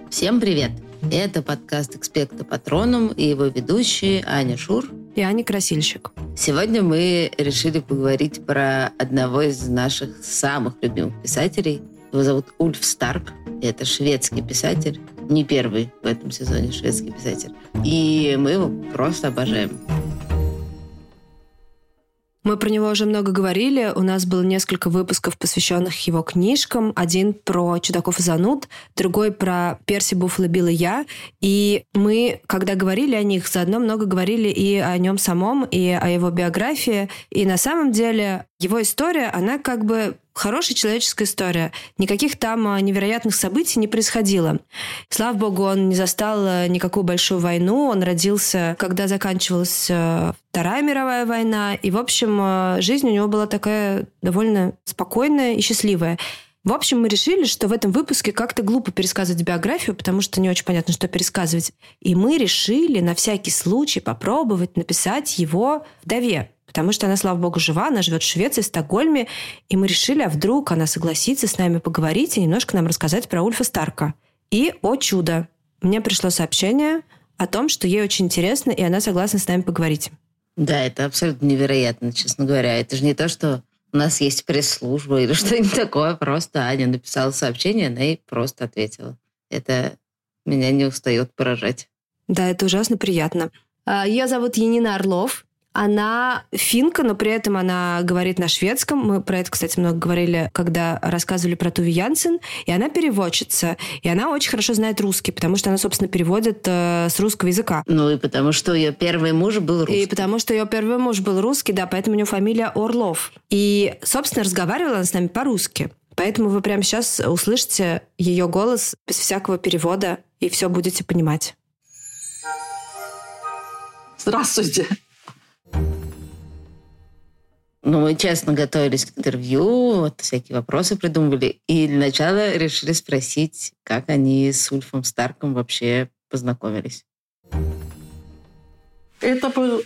Всем привет! Это подкаст «Экспекто Патронум» и его ведущие Аня Шур и Аня Красильщик. Сегодня мы решили поговорить про одного из наших самых любимых писателей. Его зовут Ульф Старк. Это шведский писатель. Не первый в этом сезоне шведский писатель. И мы его просто обожаем. Мы про него уже много говорили. У нас было несколько выпусков, посвященных его книжкам. Один про «Чудаков и зануд», другой про «Перси, Буффало Билл и я». И мы, когда говорили о них, заодно много говорили и о нем самом, и о его биографии. И на самом деле его история, она как бы хорошая человеческая история. Никаких там невероятных событий не происходило. Слава богу, он не застал никакую большую войну. Он родился, когда заканчивалась Вторая мировая война. И, в общем, жизнь у него была такая довольно спокойная и счастливая. В общем, мы решили, что в этом выпуске как-то глупо пересказывать биографию, потому что не очень понятно, что пересказывать. И мы решили на всякий случай попробовать написать его вдове. Потому что она, слава богу, жива, она живет в Швеции, в Стокгольме. И мы решили, а вдруг она согласится с нами поговорить и немножко нам рассказать про Ульфа Старка. И, о чудо, мне пришло сообщение о том, что ей очень интересно, и она согласна с нами поговорить. Да, это абсолютно невероятно, честно говоря. Это же не то, что у нас есть пресс-служба или что-нибудь такое. Просто Аня написала сообщение, она ей просто ответила. Это меня не устает поражать. Да, это ужасно приятно. Ее зовут Янина Орлов. Она финка, но при этом она говорит на шведском. Мы про это, кстати, много говорили, когда рассказывали про Туве Янсен. И она переводчица. И она очень хорошо знает русский, потому что она, собственно, переводит с русского языка. Ну и потому что ее первый муж был русский. И потому что ее первый муж был русский, да, поэтому у нее фамилия Орлов. И, собственно, разговаривала она с нами по-русски. Поэтому вы прямо сейчас услышите ее голос без всякого перевода, и все будете понимать. Здравствуйте. Ну, мы честно готовились к интервью, вот всякие вопросы придумывали. И для начала решили спросить, как они с Ульфом Старком вообще познакомились. Это был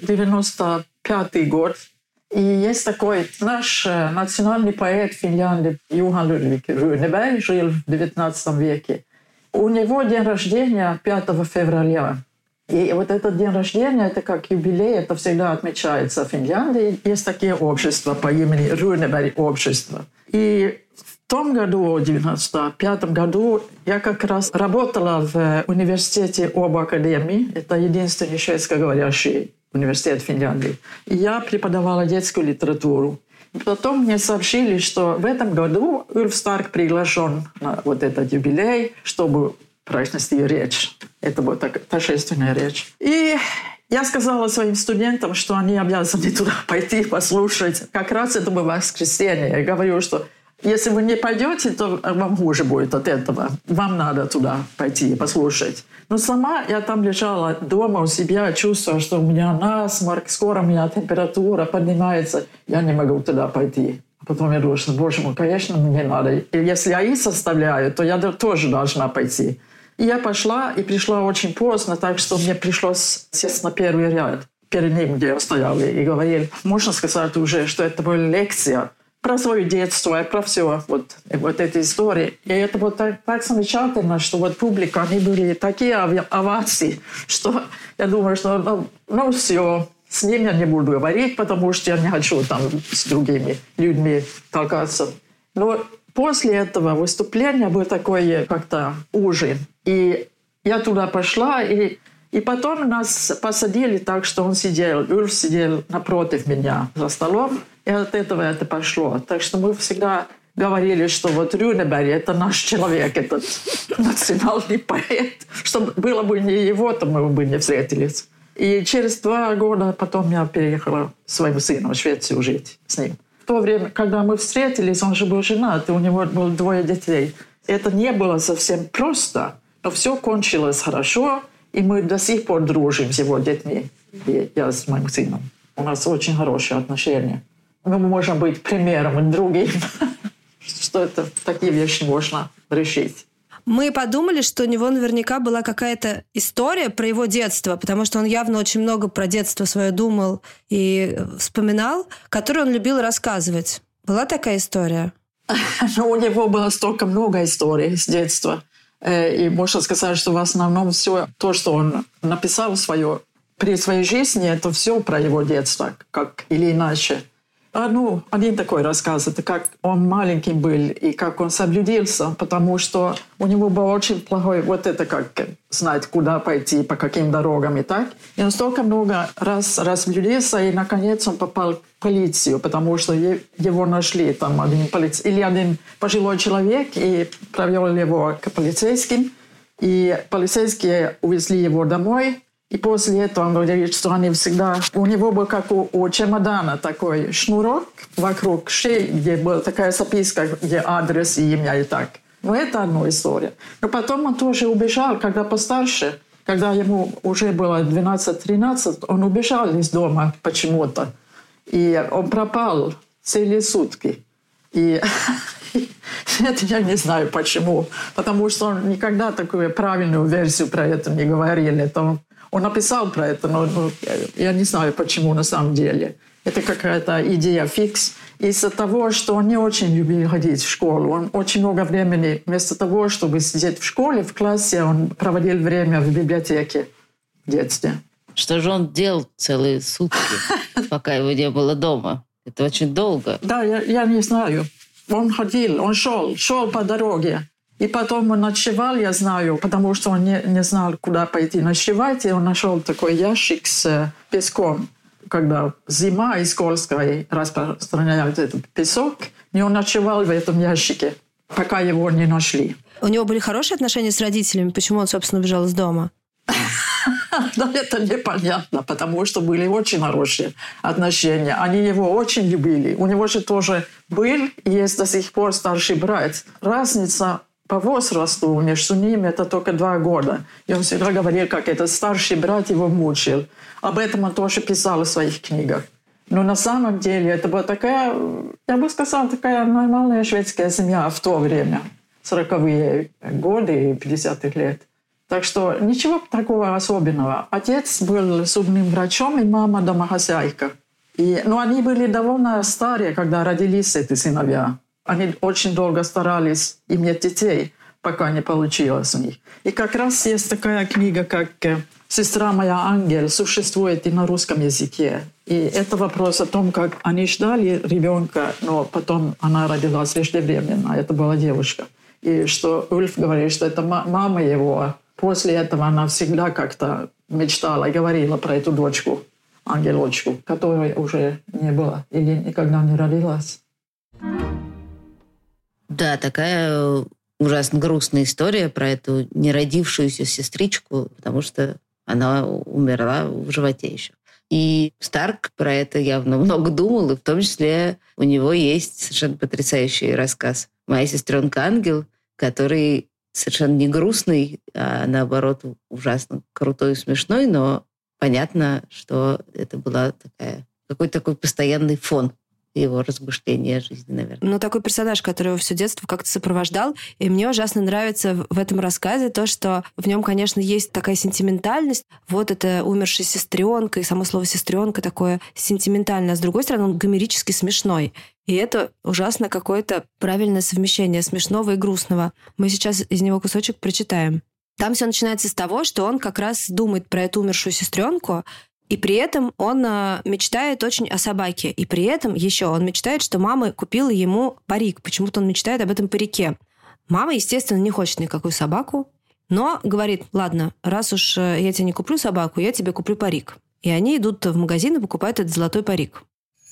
95-й год. И есть такой наш национальный поэт Финляндии Johan Ludvig Runeberg, жил в 19 веке. У него день рождения 5 февраля. И вот этот день рождения, это как юбилей, это всегда отмечается в Финляндии. Есть такие общества по имени Runeberg общество. И в том году, в 1995 году, я как раз работала в университете об академии. Это единственный шведскоговорящий университет Финляндии. И я преподавала детскую литературу. И потом мне сообщили, что в этом году Ульф Старк приглашен на вот этот юбилей, чтобы произнести речь. Это была торжественная речь. И я сказала своим студентам, что они обязаны туда пойти послушать. Как раз это было воскресенье. Я говорю, что если вы не пойдете, то вам хуже будет от этого. Вам надо туда пойти и послушать. Но сама я там лежала дома у себя, чувствовала, что у меня насморк, скоро у меня температура поднимается. Я не могу туда пойти. Потом я думаю, что, боже мой, конечно, мне надо. И если я их составляю, то я тоже должна пойти. И я пошла, и пришла очень поздно, так что мне пришлось сесть на первый ряд перед ним, где я стояла, и говорил, можно сказать уже, что это была лекция про свое детство и про все вот эти истории. И это было так замечательно, что вот публика, они были такие овации, что я думаю, что ну все, с ним я не буду говорить, потому что я не хочу там с другими людьми толкаться. Но после этого выступления был такой как-то ужин. И я туда пошла, и потом нас посадили так, что Ульф сидел напротив меня за столом, и от этого это пошло. Так что мы всегда говорили, что вот Runeberg — это наш человек, этот национальный поэт. Что было бы не его, то мы бы не встретились. И через 2 года потом я переехала к своему сыну в Швецию жить с ним. В то время, когда мы встретились, он же был женат, и у него было 2 детей. Это не было совсем просто, но все кончилось хорошо, и мы до сих пор дружим с его детьми, и я с моим сыном. У нас очень хорошие отношения. Мы можем быть примером другим, что это такие вещи можно решить. Мы подумали, что у него наверняка была какая-то история про его детство, потому что он явно очень много про детство свое думал и вспоминал, которую он любил рассказывать. Была такая история? У него было столько много историй с детства. И можно сказать, что в основном все то, что он написал при своей жизни, это все про его детство, как или иначе. Один такой рассказ, это как он маленьким был и как он соблюдился, потому что у него был очень плохой, как знать, куда пойти, по каким дорогам и так. И он столько много раз разблюдился, и наконец он попал в полицию, потому что его нашли там один пожилой человек и провел его к полицейским. И полицейские увезли его домой. И после этого он говорит, что они всегда... У него был как у чемодана такой шнурок вокруг шеи, где была такая записка, где адрес и имя и так. Это одна история. Но потом он тоже убежал, когда постарше, когда ему уже было 12-13, он убежал из дома почему-то. И он пропал целые сутки. И это я не знаю почему. Потому что он никогда такую правильную версию про это не говорил. Он написал про это, но я не знаю, почему на самом деле. Это какая-то идея фикс. Из-за того, что он не очень любил ходить в школу. Он очень много времени, вместо того, чтобы сидеть в школе, в классе, он проводил время в библиотеке в детстве. Что же он делал целые сутки, пока его не было дома? Это очень долго. Да, я не знаю. Он ходил, он шел по дороге. И потом он ночевал, я знаю, потому что он не знал, куда пойти ночевать. И он нашел такой ящик с песком. Когда зима и скользкая, распространяют этот песок. И он ночевал в этом ящике, пока его не нашли. У него были хорошие отношения с родителями? Почему он, собственно, убежал из дома? Да, это непонятно, потому что были очень хорошие отношения. Они его очень любили. У него же тоже был и есть до сих пор старший брат. Разница по возрасту между ними это только 2 года. И он всегда говорил, как этот старший брат его мучил. Об этом он тоже писал в своих книгах. Но на самом деле это была такая, я бы сказала, такая нормальная шведская семья в то время. 40-е годы и 50-х лет. Так что ничего такого особенного. Отец был зубным врачом, и мама домохозяйка. Но они были довольно старые, когда родились эти сыновья. Они очень долго старались иметь детей, пока не получилось у них. И как раз есть такая книга, как «Сестра моя ангел», существует и на русском языке. И это вопрос о том, как они ждали ребенка, но потом она родилась преждевременно. Это была девушка. И что Ульф говорит, что это мама его. После этого она всегда как-то мечтала и говорила про эту дочку, ангелочку, которой уже не было или никогда не родилась. Да, такая ужасно грустная история про эту неродившуюся сестричку, потому что она умерла в животе еще. И Старк про это явно много думал, и в том числе у него есть совершенно потрясающий рассказ «Моя сестренка Ангел», который совершенно не грустный, а наоборот ужасно крутой и смешной, но понятно, что это была какой-то такой постоянный фон его размышления о жизни, наверное. Такой персонаж, который его все детство как-то сопровождал. И мне ужасно нравится в этом рассказе то, что в нем, конечно, есть такая сентиментальность. Вот это умершая сестренка, и само слово сестренка такое сентиментальное. А с другой стороны, он гомерически смешной. И это ужасно какое-то правильное совмещение смешного и грустного. Мы сейчас из него кусочек прочитаем. Там все начинается с того, что он как раз думает про эту умершую сестренку, и при этом он мечтает очень о собаке. И при этом еще он мечтает, что мама купила ему парик. Почему-то он мечтает об этом парике. Мама, естественно, не хочет никакую собаку, но говорит: ладно, раз уж я тебе не куплю собаку, я тебе куплю парик. И они идут в магазин и покупают этот золотой парик.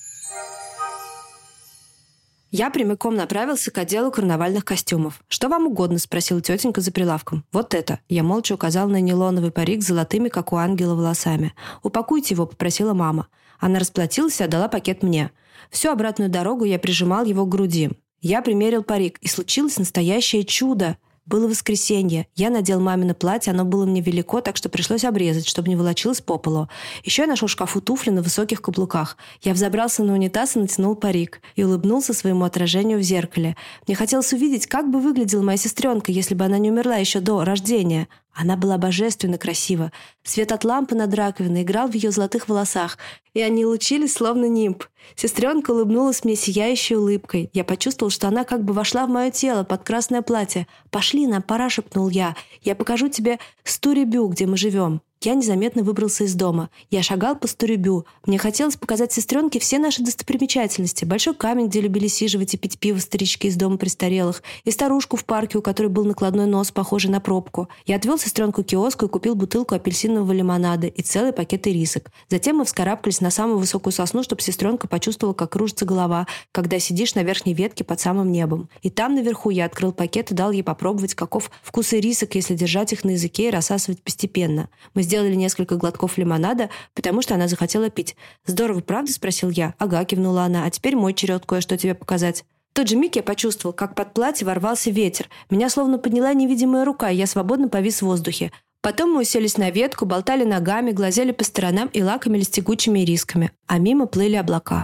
Я прямиком направился к отделу карнавальных костюмов. «Что вам угодно?» – спросила тетенька за прилавком. «Вот это!» – я молча указал на нейлоновый парик с золотыми, как у ангела, волосами. «Упакуйте его», – попросила мама. Она расплатилась и отдала пакет мне. Всю обратную дорогу я прижимал его к груди. Я примерил парик, и случилось настоящее чудо. Было воскресенье. Я надел мамино платье, оно было мне велико, так что пришлось обрезать, чтобы не волочилось по полу. Еще я нашел в шкафу туфли на высоких каблуках. Я взобрался на унитаз и натянул парик. И улыбнулся своему отражению в зеркале. Мне хотелось увидеть, как бы выглядела моя сестренка, если бы она не умерла еще до рождения. Она была божественно красива. Свет от лампы над раковиной играл в ее золотых волосах, и они лучились, словно нимб. Сестренка улыбнулась мне сияющей улыбкой. Я почувствовал, что она как бы вошла в мое тело под красное платье. «Пошли, нам пора», — шепнул я. «Я покажу тебе Стуребю, где мы живем». Я незаметно выбрался из дома. Я шагал по Стуребю. Мне хотелось показать сестренке все наши достопримечательности. Большой камень, где любили сиживать и пить пиво старички из дома престарелых. И старушку в парке, у которой был накладной нос, похожий на пробку. Я отвел сестренку к киоску и купил бутылку апельсинового лимонада и целый пакет ирисок. Затем мы вскарабкались на самую высокую сосну, чтобы сестренка почувствовала, как кружится голова, когда сидишь на верхней ветке под самым небом. И там наверху я открыл пакет и дал ей попробовать, каков вкус ирисок, если держать их на языке и рассасывать постепенно. Мы сделали несколько глотков лимонада, потому что она захотела пить. «Здорово, правда?» — спросил я. «Ага», — кивнула она. «А теперь мой черед кое-что тебе показать». В тот же миг я почувствовал, как под платье ворвался ветер. Меня словно подняла невидимая рука, и я свободно повис в воздухе. Потом мы уселись на ветку, болтали ногами, глазели по сторонам и лакомились тягучими ирисками. А мимо плыли облака.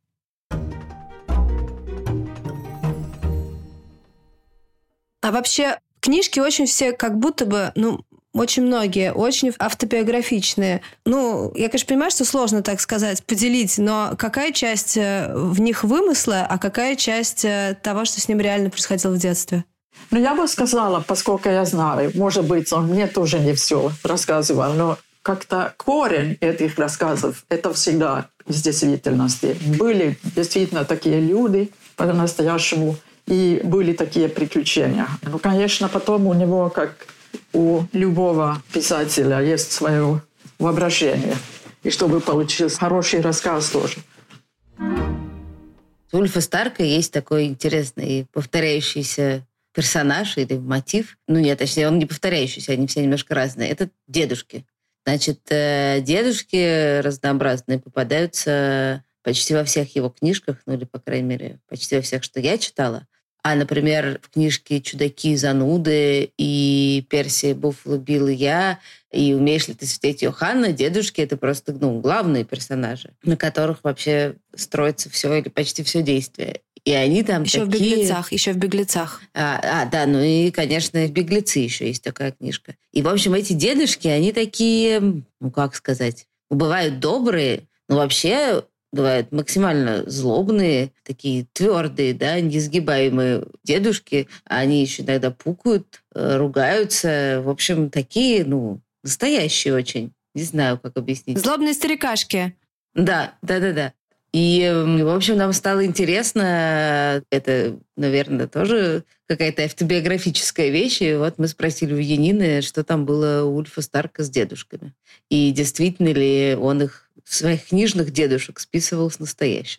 А вообще, книжки очень все как будто бы, очень многие, очень автобиографичные. Я, конечно, понимаю, что сложно так сказать, поделить, но какая часть в них вымысла, а какая часть того, что с ним реально происходило в детстве? Я бы сказала, поскольку я знаю, может быть, он мне тоже не все рассказывал, но как-то корень этих рассказов – это всегда из действительности. Были действительно такие люди по-настоящему, и были такие приключения. Конечно, потом у него, как у любого писателя, есть свое воображение. И чтобы получился хороший рассказ тоже. У Ульфа Старка есть такой интересный повторяющийся персонаж или мотив. Точнее, он не повторяющийся, они все немножко разные. Это дедушки. Значит, дедушки разнообразные попадаются почти во всех его книжках, или, по крайней мере, почти во всех, что я читала. А, например, в книжке «Чудаки и зануды» и «Перси, Буффало Билл и я», и «Умеешь ли ты святеть Йоханна», дедушки — это просто главные персонажи, на которых вообще строится все или почти все действие. И они там еще такие... Еще в «Беглецах». И, конечно, в «Беглецы» еще есть такая книжка. И, в общем, эти дедушки, они такие, бывают добрые, но вообще... бывают максимально злобные, такие твердые, несгибаемые дедушки. Они еще иногда пукают, ругаются. В общем, такие, настоящие очень. Не знаю, как объяснить. Злобные старикашки. Да. И, в общем, нам стало интересно, это, наверное, тоже какая-то автобиографическая вещь. И вот мы спросили у Янины, что там было у Ульфа Старка с дедушками. И действительно ли он их своих книжных дедушек списывал с настоящих.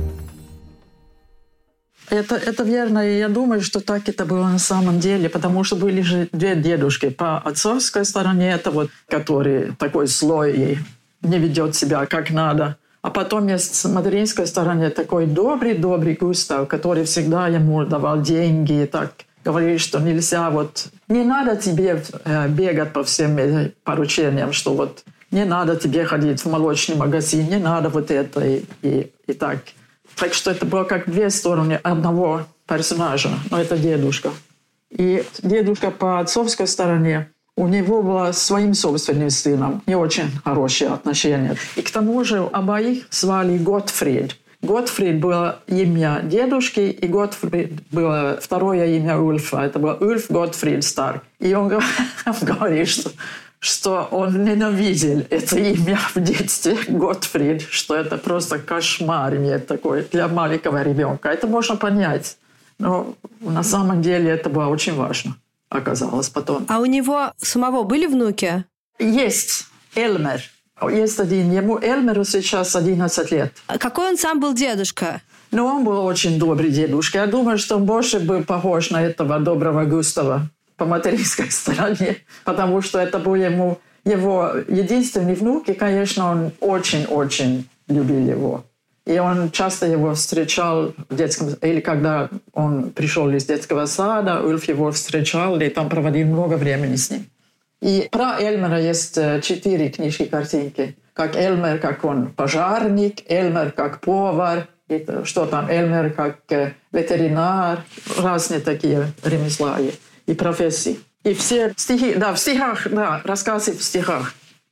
Это верно, и я думаю, что так это было на самом деле, потому что были же две дедушки. По отцовской стороне это который такой злой и не ведет себя как надо. А потом есть с материнской стороны такой добрый Густав, который всегда ему давал деньги и так говорит, что нельзя, не надо тебе бегать по всем поручениям, что не надо тебе ходить в молочный магазин, не надо это и так. Так что это было как две стороны одного персонажа, но это дедушка. И дедушка по отцовской стороне, у него было своим собственным сыном не очень хорошие отношения. И к тому же обоих звали Готфрид. Готфрид было имя дедушки, и Готфрид было второе имя Ульфа. Это был Ульф Готфрид Старк. И он говорит, что он ненавидел это имя в детстве, Готфрид, что это просто кошмар такой для маленького ребенка. Это можно понять. Но на самом деле это было очень важно, оказалось потом. А у него самого были внуки? Есть. Эльмер. Есть один. Ему Эльмеру сейчас 11 лет. А какой он сам был дедушка? Он был очень добрый дедушка. Я думаю, что он больше был похож на этого доброго Густава по материнской стороне, потому что это был его единственный внук, и, конечно, он очень-очень любил его. И он часто его встречал в детском... Или когда он пришел из детского сада, Ульф его встречал и там проводил много времени с ним. И про Эльмера есть 4 книжки-картинки. Как Эльмер, как он пожарник, Эльмер как повар, и что там, Эльмер как ветеринар, разные такие ремесла и профессии. И все стихи, да, в стихах, да, рассказы в стихах.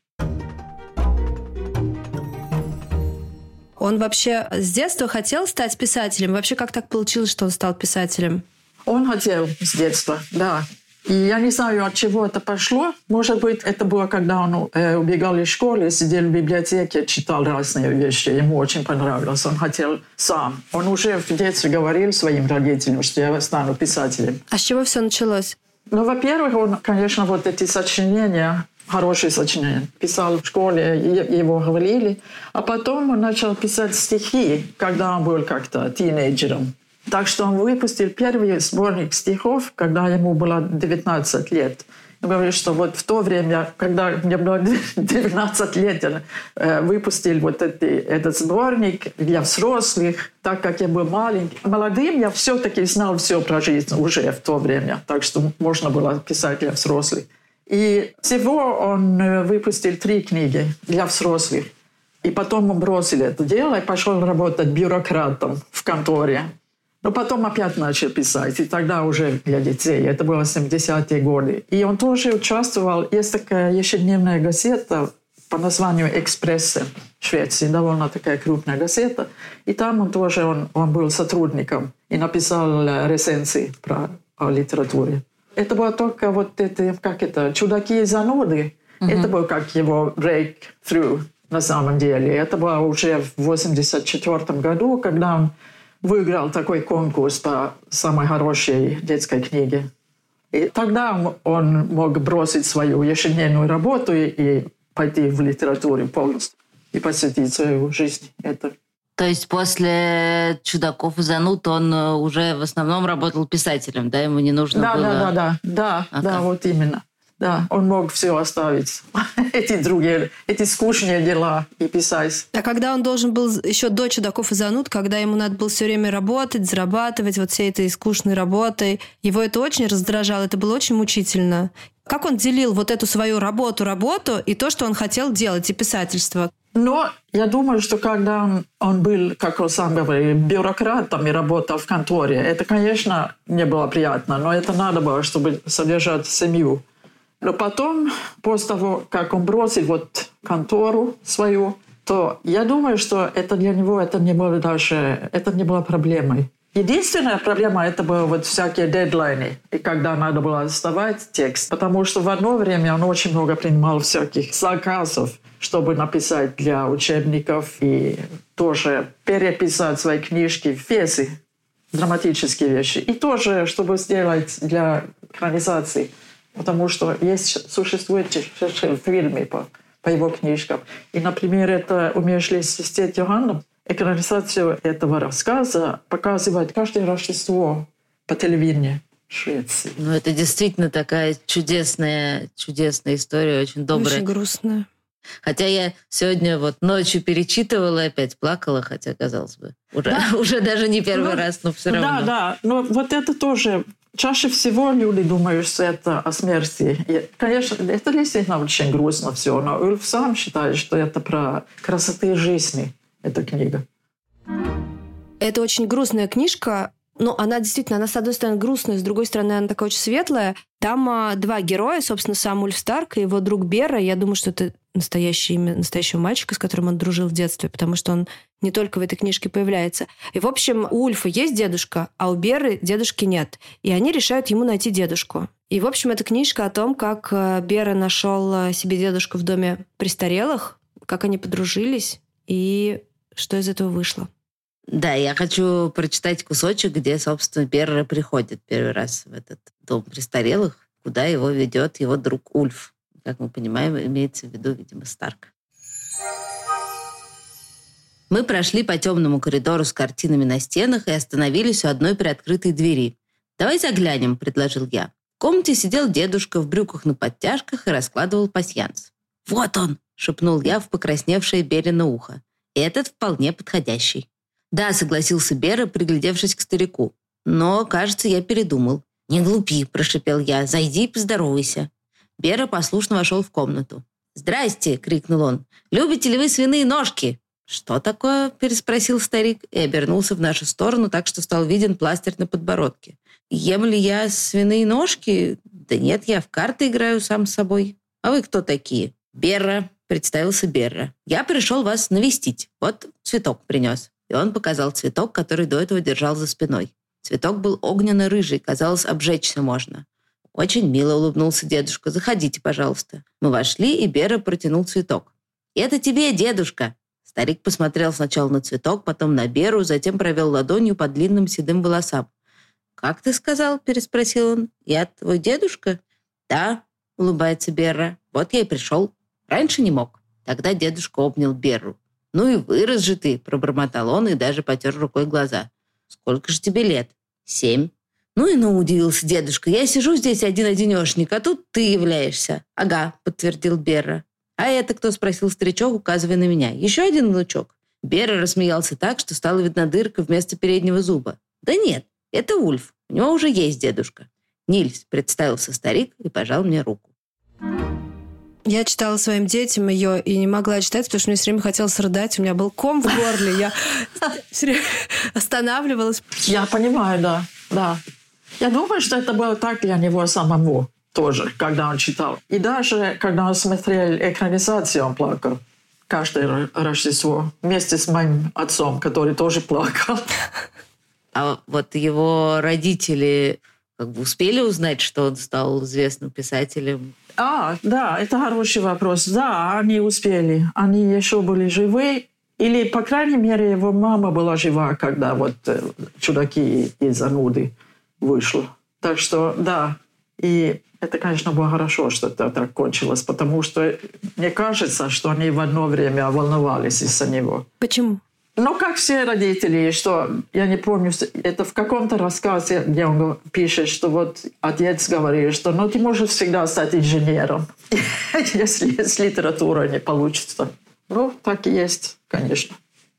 Он вообще с детства хотел стать писателем? Вообще, как так получилось, что он стал писателем? Он хотел с детства, да. И я не знаю, от чего это пошло. Может быть, это было, когда он убегал из школы, сидел в библиотеке, читал разные вещи. Ему очень понравилось. Он хотел сам. Он уже в детстве говорил своим родителям, что я стану писателем. А с чего все началось? Ну, во-первых, он, конечно, вот эти сочинения, хорошие сочинения, писал в школе, его хвалили. А потом он начал писать стихи, когда он был как-то тинейджером. Так что он выпустил первый сборник стихов, когда ему было 19 лет. Он говорит, что вот в то время, когда мне было 19 лет, я выпустил вот этот сборник для взрослых, так как я был маленький. Молодым я все-таки знал все про жизнь уже в то время, так что можно было писать для взрослых. И всего он выпустил 3 книги для взрослых. И потом он бросил это дело и пошел работать бюрократом в конторе. Но потом опять начал писать, и тогда уже для детей. Это было 70-е годы. И он тоже участвовал. Есть такая ежедневная газета по названию «Экспрессе» в Швеции. Довольно такая крупная газета. И там он тоже он был сотрудником и написал рецензии о литературе. Это было только вот это, как это, «Чудаки и зануды». Это был как его breakthrough на самом деле. Это было уже в 1984 году, когда он выиграл такой конкурс по самой хорошей детской книге. И тогда он мог бросить свою ежедневную работу и пойти в литературу полностью и посвятить свою жизнь этому. То есть после «Чудаков и зануд» он уже в основном работал писателем, да? Ему не нужно было... Да, вот именно. Да, он мог все оставить, эти скучные дела и писать. А когда он должен был еще до «Чудаков и зануд», когда ему надо было все время работать, зарабатывать вот всей этой скучной работой, его это очень раздражало, это было очень мучительно. Как он делил вот эту свою работу и то, что он хотел делать, и писательство? Но я думаю, что когда он был, как он сам говорил, бюрократом и работал в конторе, это, конечно, не было приятно, но это надо было, чтобы содержать семью. Но потом, после того, как он бросил вот контору свою, то я думаю, что это для него это не было проблемой. Единственная проблема это были вот всякие дедлайны, и когда надо было сдавать текст, потому что в одно время он очень много принимал всяких заказов, чтобы написать для учебников и тоже переписать свои книжки в пьесы, драматические вещи, и тоже, чтобы сделать для экранизации. Потому что существует фильмы по его книжкам. И, например, это «Умеешь ли свистеть, Йоханна?» Экранизацию этого рассказа показывает каждое Рождество по телевидению в Швеции. Ну, это действительно такая чудесная история, очень добрая. Очень грустная. Хотя я сегодня вот ночью перечитывала и опять плакала, хотя, казалось бы, уже даже не первый раз, но все равно. Да, но вот это тоже... Чаще всего люди думают, что это о смерти. И, конечно, это действительно очень грустно все, но Ульф сам считает, что это про красоты жизни, эта книга. Это очень грустная книжка, но она действительно, она с одной стороны грустная, с другой стороны она такая очень светлая. Там 2 героя, собственно, сам Ульф Старк и его друг Бера. Я думаю, что это настоящее имя настоящего мальчика, с которым он дружил в детстве, потому что он не только в этой книжке появляется. И, в общем, у Ульфа есть дедушка, а у Беры дедушки нет. И они решают ему найти дедушку. И, в общем, это книжка о том, как Бера нашел себе дедушку в доме престарелых, как они подружились и что из этого вышло. Да, я хочу прочитать кусочек, где, собственно, Бера приходит первый раз в этот дом престарелых, куда его ведет его друг Ульф. Как мы понимаем, имеется в виду, видимо, Старк. Мы прошли по темному коридору с картинами на стенах и остановились у одной приоткрытой двери. «Давай заглянем», — предложил я. В комнате сидел дедушка в брюках на подтяжках и раскладывал пасьянс. «Вот он!» — шепнул я в покрасневшее Берино ухо. «Этот вполне подходящий». «Да», — согласился Бера, приглядевшись к старику. «Но, кажется, я передумал». «Не глупи», — прошепел я. «Зайди и поздоровайся». Бера послушно вошел в комнату. «Здрасте!» — крикнул он. «Любите ли вы свиные ножки?» «Что такое?» — переспросил старик и обернулся в нашу сторону, так что стал виден пластырь на подбородке. «Ем ли я свиные ножки? Да нет, я в карты играю сам с собой. А вы кто такие? Берра, представился Берра. Я пришел вас навестить. Вот цветок принес. И он показал цветок, который до этого держал за спиной. Цветок был огненно-рыжий, казалось, обжечься можно. Очень мило улыбнулся дедушка. Заходите, пожалуйста. Мы вошли, и Берра протянул цветок. Это тебе, дедушка. Старик посмотрел сначала на цветок, потом на Беру, затем провел ладонью по длинным седым волосам. «Как ты сказал?» – переспросил он. «Я твой дедушка?» «Да», – улыбается Берра. «Вот я и пришел. Раньше не мог». Тогда дедушка обнял Берру. «Ну и вырос же ты», – пробормотал он и даже потер рукой глаза. «Сколько же тебе лет?» 7. «Ну и удивился дедушка. Я сижу здесь один-одинешник, а тут ты являешься». «Ага», – подтвердил Берра. «А это кто?» – спросил старичок, указывая на меня. «Еще один внучок». Берра рассмеялся так, что стала видна дырка вместо переднего зуба. «Да нет, это Ульф. У него уже есть дедушка». «Нильс», – представился старик и пожал мне руку. Я читала своим детям ее и не могла читать, потому что мне все время хотелось рыдать. У меня был ком в горле. Я все время останавливалась. Я понимаю, да. Я думаю, что это было так для него самого тоже, когда он читал. И даже когда он смотрел экранизацию, он плакал. Каждое Рождество. Вместе с моим отцом, который тоже плакал. А вот его родители успели узнать, что он стал известным писателем? Да, это хороший вопрос. Да, они успели. Они еще были живы. Или, по крайней мере, его мама была жива, когда «Чудаки и зануды» вышло. Так что, да. И это, конечно, было хорошо, что это так кончилось, потому что мне кажется, что они в одно время волновались из-за него. Почему? Как все родители, что, я не помню, это в каком-то рассказе, где он пишет, что отец говорит, что ты можешь всегда стать инженером, если с литературой не получится. Так и есть, конечно.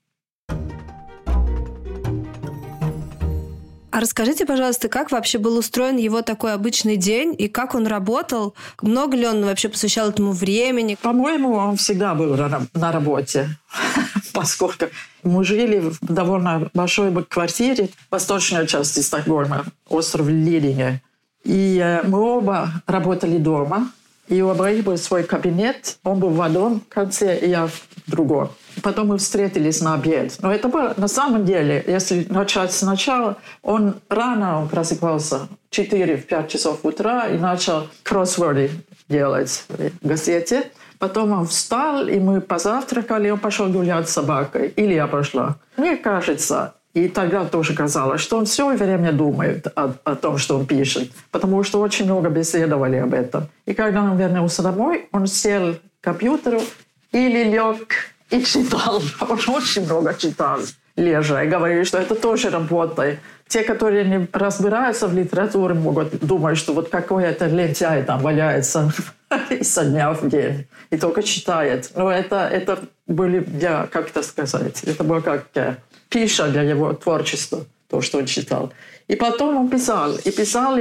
А расскажите, пожалуйста, как вообще был устроен его такой обычный день и как он работал? Много ли он вообще посвящал этому времени? По-моему, он всегда был на работе, поскольку мы жили в довольно большой квартире в восточной части Стокгольма, остров Лидинге. И мы оба работали дома. И у обоих был свой кабинет. Он был в одном конце, и я в другом. Потом мы встретились на обед. Но это было на самом деле, если начать сначала, он просыпался в 4-5 часов утра и начал кроссворды делать в газете. Потом он встал, и мы позавтракали, он пошел гулять с собакой. Или я пошла. Мне кажется, и тогда тоже казалось, что он все время думает о том, что он пишет, потому что очень много беседовали об этом. И когда он вернулся домой, он сел к компьютеру или лег и читал. Он очень много читал, лежа, и говорил, что это тоже работа. Те, которые не разбираются в литературе, могут думать, что какой-то лентяй там валяется изо дня в день и только читает. Но это были, как это сказать, это было как пища для его творчества, то, что он читал. И потом он писал, и писал.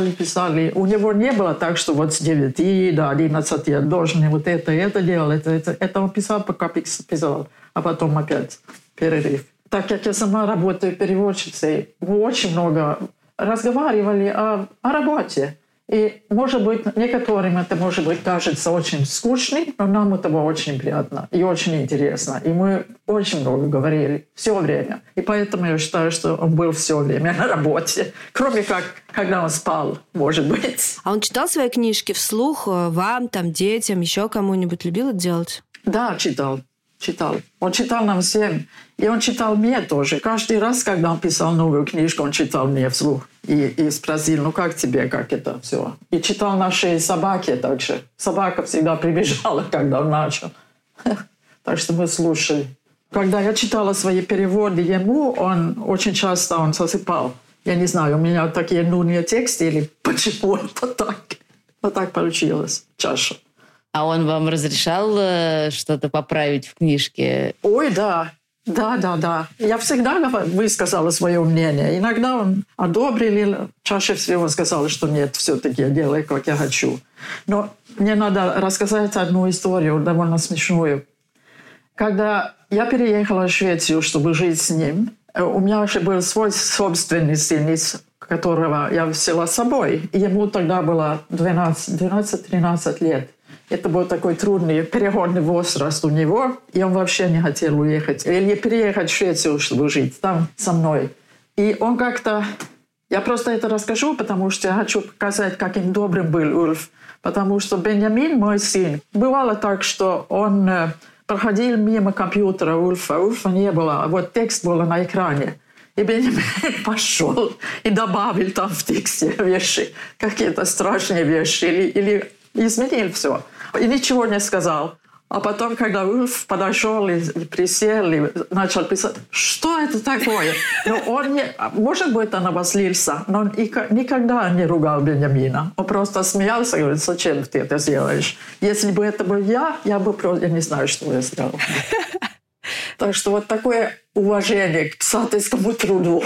У него не было так, что с 9 до 11 я должен это делать. Это он писал, пока писал, а потом опять перерыв. Так как я сама работаю переводчицей, мы очень много разговаривали о работе. И, может быть, некоторым это, может быть, кажется очень скучным, но нам это было очень приятно и очень интересно. И мы очень много говорили все время. И поэтому я считаю, что он был все время на работе. Кроме как, когда он спал, может быть. А он читал свои книжки вслух вам, детям, еще кому-нибудь? Любил это делать? Да, читал. Он читал нам всем. И он читал мне тоже. Каждый раз, когда он писал новую книжку, он читал мне вслух. И спросил, как тебе, как это все. И читал нашей собаке также. Собака всегда прибежала, когда он начал. Так что мы слушали. Когда я читала свои переводы ему, он очень часто засыпал. Я не знаю, у меня такие нудные тексты или почему это так. Вот так получилось чаще. А он вам разрешал что-то поправить в книжке? Ой, да. Да. Я всегда высказала свое мнение. Иногда он одобрил, чаще всего сказал, что нет, все-таки я делаю, как я хочу. Но мне надо рассказать одну историю, довольно смешную. Когда я переехала в Швецию, чтобы жить с ним, у меня уже был свой собственный сын из которого я взяла с собой. Ему тогда было 12-13 лет. Это был такой трудный переходный возраст у него, и он вообще не хотел уехать. Или переехать в Швецию, чтобы жить там со мной. И он как-то... Я просто это расскажу, потому что я хочу показать, каким добрым был Ульф. Потому что Беньямин, мой сын, бывало так, что он проходил мимо компьютера Ульфа. Ульфа не было, а вот текст был на экране. И Беньямин пошел и добавил там в тексте вещи, какие-то страшные вещи, или изменил все. И ничего не сказал. А потом, когда Ульф подошел и присел, и начал писать, что это такое? Но он не, может быть, он обозлился, но он никогда не ругал Беньямина. Он просто смеялся и говорит, зачем ты это сделаешь? Если бы это был я бы просто, я не знаю, что я сделал. Так что вот такое уважение к писательскому труду.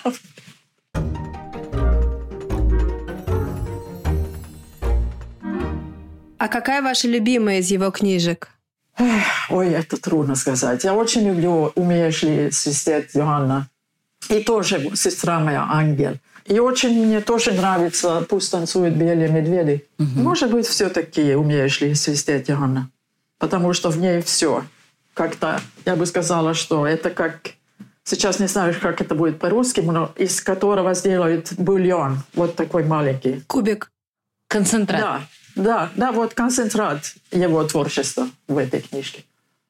А какая ваша любимая из его книжек? Ой, это трудно сказать. Я очень люблю «Умеешь ли свистеть, Йоанна?» И тоже «Сестра моя, ангел». И очень мне тоже нравится «Пусть танцуют белые медведи». Может быть, все-таки «Умеешь ли свистеть, Йоанна?» Потому что в ней все. Как-то, я бы сказала, что это как... Сейчас не знаю, как это будет по-русски, но из которого сделают бульон. Вот такой маленький. Кубик. Концентрат. Да, вот концентрат его творчества в этой книжке.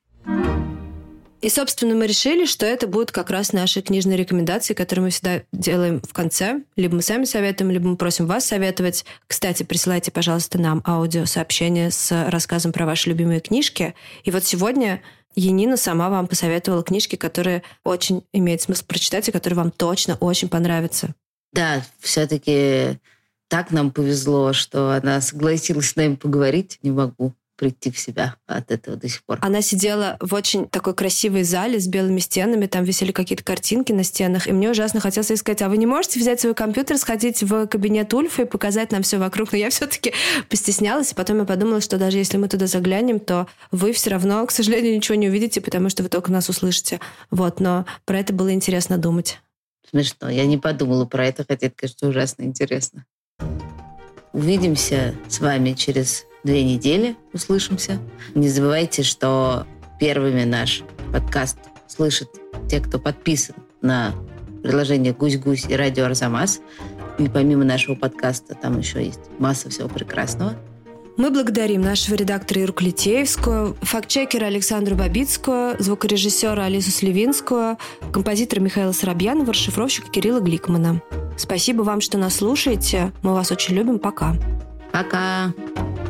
И, собственно, мы решили, что это будут как раз наши книжные рекомендации, которые мы всегда делаем в конце. Либо мы сами советуем, либо мы просим вас советовать. Кстати, присылайте, пожалуйста, нам аудиосообщение с рассказом про ваши любимые книжки. И вот сегодня Янина сама вам посоветовала книжки, которые очень имеет смысл прочитать и которые вам точно очень понравятся. Да, все-таки так нам повезло, что она согласилась с нами поговорить. Не могу прийти в себя от этого до сих пор. Она сидела в очень такой красивой зале с белыми стенами, там висели какие-то картинки на стенах, и мне ужасно хотелось ей сказать, а вы не можете взять свой компьютер, сходить в кабинет Ульфа и показать нам все вокруг? Но я все-таки постеснялась, и потом я подумала, что даже если мы туда заглянем, то вы все равно, к сожалению, ничего не увидите, потому что вы только нас услышите. Вот, но про это было интересно думать. Смешно. Я не подумала про это, хотя это, конечно, ужасно интересно. Увидимся с вами через 2 недели, услышимся. Не забывайте, что первыми наш подкаст слышат те, кто подписан на приложение «Гусь-Гусь» и радио «Арзамас». И помимо нашего подкаста там еще есть масса всего прекрасного. Мы благодарим нашего редактора Ирку Литеевскую, фактчекера Александру Бабицкую, звукорежиссера Алису Сливинскую, композитора Михаила Соробьянова, расшифровщика Кирилла Гликмана. Спасибо вам, что нас слушаете. Мы вас очень любим. Пока. Пока.